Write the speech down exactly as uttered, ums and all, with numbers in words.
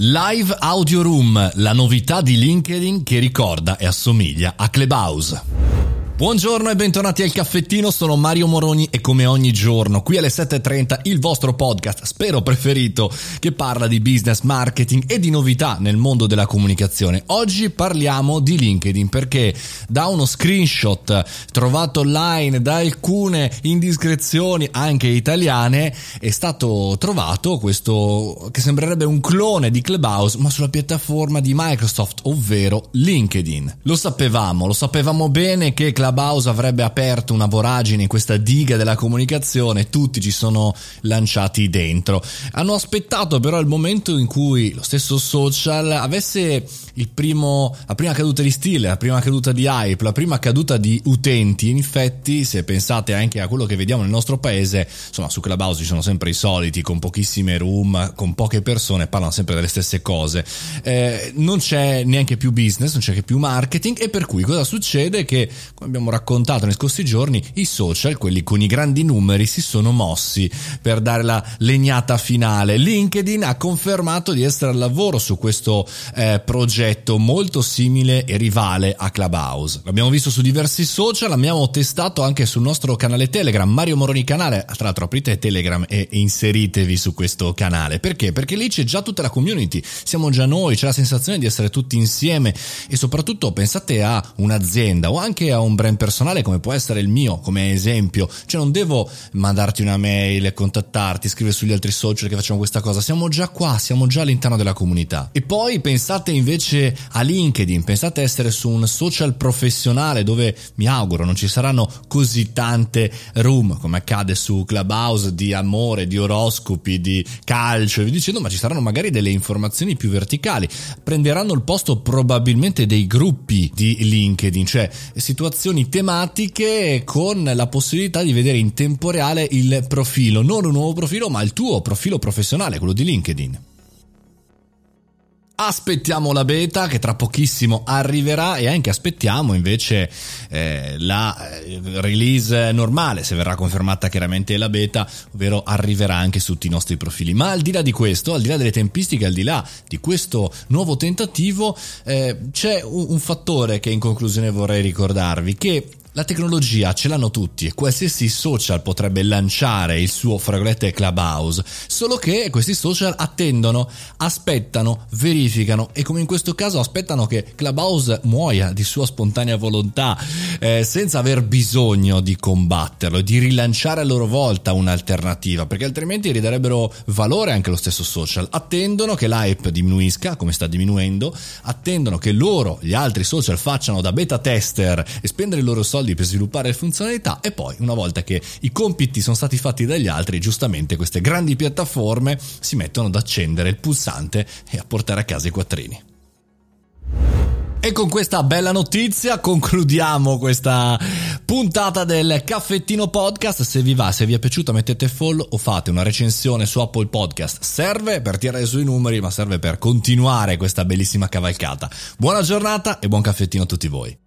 Live Audio Room, la novità di LinkedIn che ricorda e assomiglia a Clubhouse. Buongiorno e bentornati al caffettino, sono Mario Moroni e come ogni giorno qui alle sette e trenta il vostro podcast, spero preferito, che parla di business, marketing e di novità nel mondo della comunicazione. Oggi parliamo di LinkedIn perché da uno screenshot trovato online da alcune indiscrezioni anche italiane è stato trovato questo che sembrerebbe un clone di Clubhouse ma sulla piattaforma di Microsoft, ovvero LinkedIn. Lo sapevamo, lo sapevamo bene che Clubhouse avrebbe aperto una voragine in questa diga della comunicazione, tutti ci sono lanciati dentro. Hanno aspettato però il momento in cui lo stesso social avesse il primo, la prima caduta di stile, la prima caduta di hype, la prima caduta di utenti. In effetti, se pensate anche a quello che vediamo nel nostro paese, insomma su Clubhouse ci sono sempre i soliti, con pochissime room, con poche persone, parlano sempre delle stesse cose. Eh, non c'è neanche più business, non c'è che più marketing, e per cui cosa succede? Che, come abbiamo raccontato nei scorsi giorni, i social, quelli con i grandi numeri, si sono mossi per dare la legnata finale. LinkedIn ha confermato di essere al lavoro su questo eh, progetto molto simile e rivale a Clubhouse. L'abbiamo visto su diversi social, l'abbiamo testato anche sul nostro canale Telegram, Mario Moroni canale. Tra l'altro aprite Telegram e inseritevi su questo canale. Perché? Perché lì c'è già tutta la community, siamo già noi, c'è la sensazione di essere tutti insieme e soprattutto pensate a un'azienda o anche a un brand personale come può essere il mio come esempio, cioè non devo mandarti una mail, contattarti, scrivere sugli altri social che facciamo questa cosa, siamo già qua, siamo già all'interno della comunità. E poi pensate invece a LinkedIn, pensate a essere su un social professionale dove mi auguro non ci saranno così tante room come accade su Clubhouse di amore, di oroscopi, di calcio e via dicendo, ma ci saranno magari delle informazioni più verticali, prenderanno il posto probabilmente dei gruppi di LinkedIn, cioè situazioni tematiche con la possibilità di vedere in tempo reale il profilo, non un nuovo profilo ma il tuo profilo professionale, quello di LinkedIn. Aspettiamo la beta che tra pochissimo arriverà e anche aspettiamo invece eh, la eh, release normale, se verrà confermata chiaramente la beta, ovvero arriverà anche su tutti i nostri profili. Ma al di là di questo, al di là delle tempistiche, al di là di questo nuovo tentativo, eh, c'è un, un fattore che in conclusione vorrei ricordarvi, che la tecnologia ce l'hanno tutti e qualsiasi social potrebbe lanciare il suo, fra virgolette, Clubhouse, solo che questi social attendono, aspettano, verificano e come in questo caso aspettano che Clubhouse muoia di sua spontanea volontà eh, senza aver bisogno di combatterlo e di rilanciare a loro volta un'alternativa, perché altrimenti ridarebbero valore anche allo stesso social. Attendono che l'hype diminuisca come sta diminuendo, attendono che loro, gli altri social, facciano da beta tester e spendere i loro soldi per sviluppare le funzionalità e poi una volta che i compiti sono stati fatti dagli altri, giustamente queste grandi piattaforme si mettono ad accendere il pulsante e a portare a casa i quattrini. E con questa bella notizia concludiamo questa puntata del Caffettino Podcast. Se vi va, se vi è piaciuto, mettete follow o fate una recensione su Apple Podcast. Serve per tirare sui numeri, ma serve per continuare questa bellissima cavalcata. Buona giornata e buon caffettino a tutti voi.